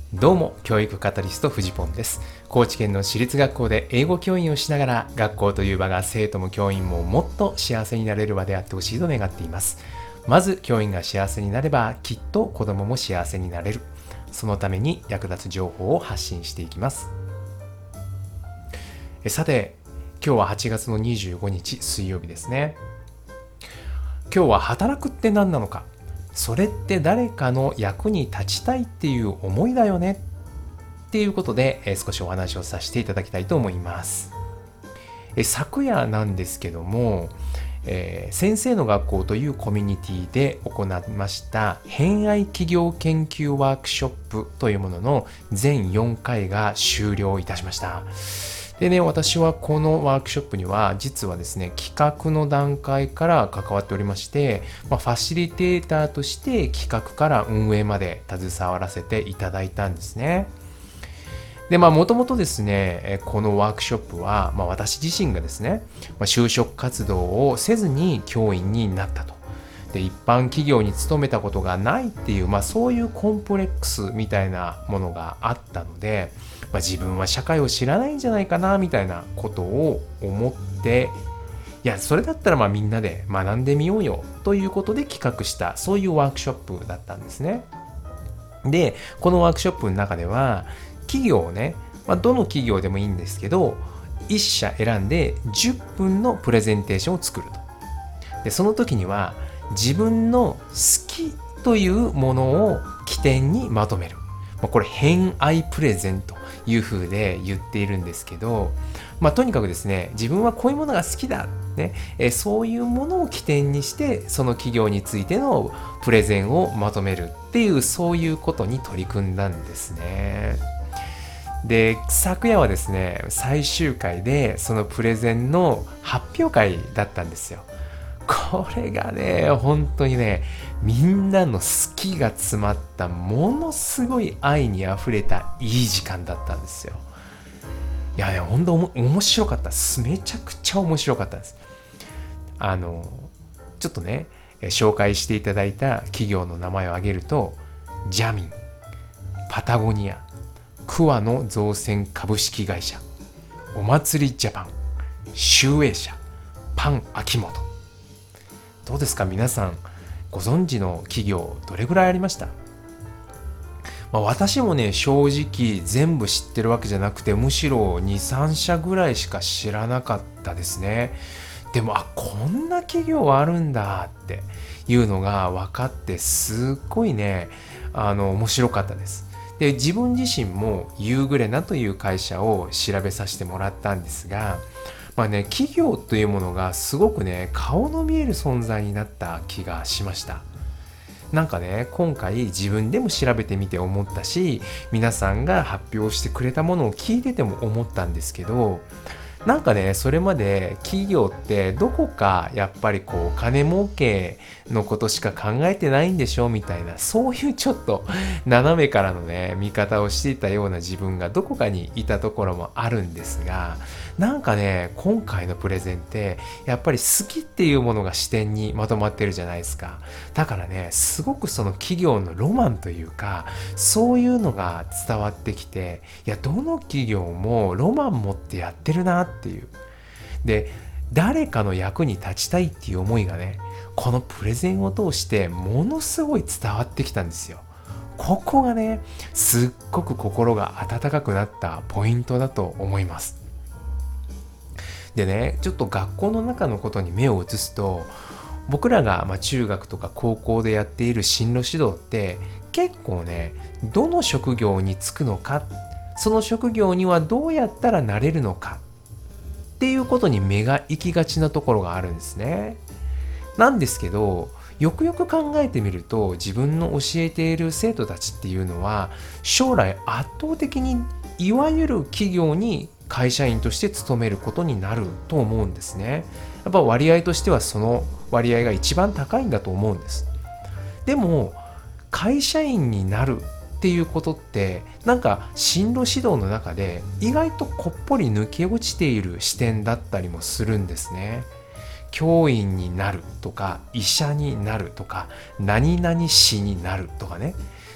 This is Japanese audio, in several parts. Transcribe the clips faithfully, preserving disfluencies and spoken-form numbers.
どうも、教育カタリストフジポンです。高知県の私立学校で英語教員をしながら、学校という場が生徒も教員ももっと幸せになれる場であってほしいと願っています。まず教員が幸せになれば、きっと子供も幸せになれる。そのために役立つ情報を発信していきます。えさて、今日ははちがつのにじゅうごにち水曜日ですね。今日は働くって何なのか、それって誰かの役に立ちたいっていう思いだよねっていうことで、え少しお話をさせていただきたいと思います。え昨夜なんですけども、えー、先生の学校というコミュニティで行いました偏愛企業研究ワークショップというものの全よんかいが終了いたしました。でね、私はこのワークショップには実はですね、企画の段階から関わっておりまして、まあ、ファシリテーターとして企画から運営まで携わらせていただいたんですね。で、まあ、もともとですね、このワークショップは、まあ、私自身がですね、まあ、就職活動をせずに教員になったと。で、一般企業に勤めたことがないっていう、まあ、そういうコンプレックスみたいなものがあったので、まあ、自分は社会を知らないんじゃないかなみたいなことを思って、いや、それだったらまあみんなで学んでみようよということで企画した、そういうワークショップだったんですね。で、このワークショップの中では、企業をね、まあ、どの企業でもいいんですけど、いっしゃ選んでじゅっぷんのプレゼンテーションを作ると。で、その時には自分の好きというものを起点にまとめる。まあ、これ偏愛プレゼンという風で言っているんですけど、まあ、とにかくですね、自分はこういうものが好きだ、ねえそういうものを起点にしてその企業についてのプレゼンをまとめるっていう、そういうことに取り組んだんですね。で、昨夜はですね、最終回でそのプレゼンの発表会だったんですよ。これがね、本当にね、みんなの好きが詰まったものすごい愛にあふれたいい時間だったんですよ。いやね、本当おも面白かったです。めちゃくちゃ面白かったです。あの、ちょっとね、紹介していただいた企業の名前を挙げると、ジャミン、パタゴニア、桑野造船株式会社、お祭りジャパン、集英社、パン秋元。どうですか皆さん、ご存知の企業どれぐらいありました？まあ、私もね、正直全部知ってるわけじゃなくて、むしろに、さんしゃぐらいしか知らなかったですね。でも、あ、こんな企業あるんだっていうのが分かって、すっごいね、あの面白かったです。で、自分自身もユーグレナという会社を調べさせてもらったんですが、まあね、企業というものがすごくね、顔の見える存在になった気がしました。なんかね、今回自分でも調べてみて思ったし、皆さんが発表してくれたものを聞いてても思ったんですけど、なんかね、それまで企業ってどこかやっぱりこう金儲けのことしか考えてないんでしょみたいな、そういうちょっと斜めからのね、見方をしていたような自分がどこかにいたところもあるんですが、なんかね、今回のプレゼンってやっぱり好きっていうものが視点にまとまってるじゃないですか。だからね、すごくその企業のロマンというか、そういうのが伝わってきて、いや、どの企業もロマン持ってやってるなっていう。で、誰かの役に立ちたいっていう思いがね、このプレゼンを通してものすごい伝わってきたんですよ。ここがね、すっごく心が温かくなったポイントだと思います。でね、ちょっと学校の中のことに目を移すと、僕らがまあ中学とか高校でやっている進路指導って結構ね、どの職業に就くのか、その職業にはどうやったらなれるのかっていうことに目が行きがちなところがあるんですね。なんですけど、よくよく考えてみると、自分の教えている生徒たちっていうのは将来圧倒的にいわゆる企業に会社員として勤めることになると思うんですね。やっぱ割合としてはその割合が一番高いんだと思うんです。でも会社員になるっていうことってなんか進路指導の中で意外とこっぽり抜け落ちている視点だったりもするんですね。教員になるとか医者になるとか何々師になるとかね、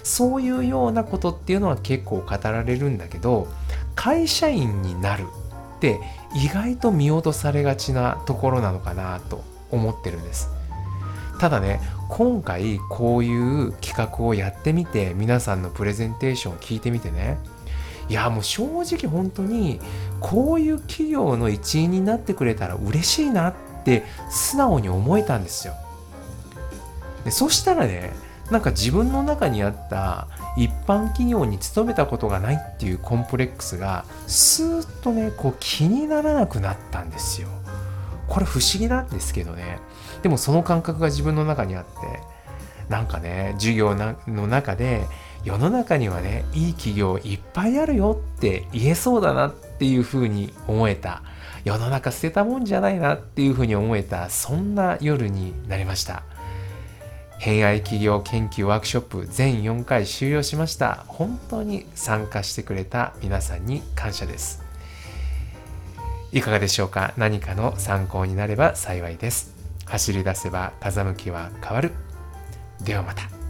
そういうようなことっていうのは結構語られるんだけど、会社員になるって意外と見落とされがちなところなのかなと思ってるんです。ただね、今回こういう企画をやってみて、皆さんのプレゼンテーションを聞いてみてね、いやもう正直本当にこういう企業の一員になってくれたら嬉しいなって素直に思えたんですよ。でそしたらね、なんか自分の中にあった一般企業に勤めたことがないっていうコンプレックスがスーッとねこう気にならなくなったんですよ。これ不思議なんですけどね。でもその感覚が自分の中にあって、なんかね授業の中で世の中にはねいい企業いっぱいあるよって言えそうだなっていうふうに思えた、世の中捨てたもんじゃないなっていうふうに思えた、そんな夜になりました。偏愛企業研究ワークショップ全よんかい終了しました。本当に参加してくれた皆さんに感謝です。いかがでしょうか。何かの参考になれば幸いです。走り出せば風向きは変わる。ではまた。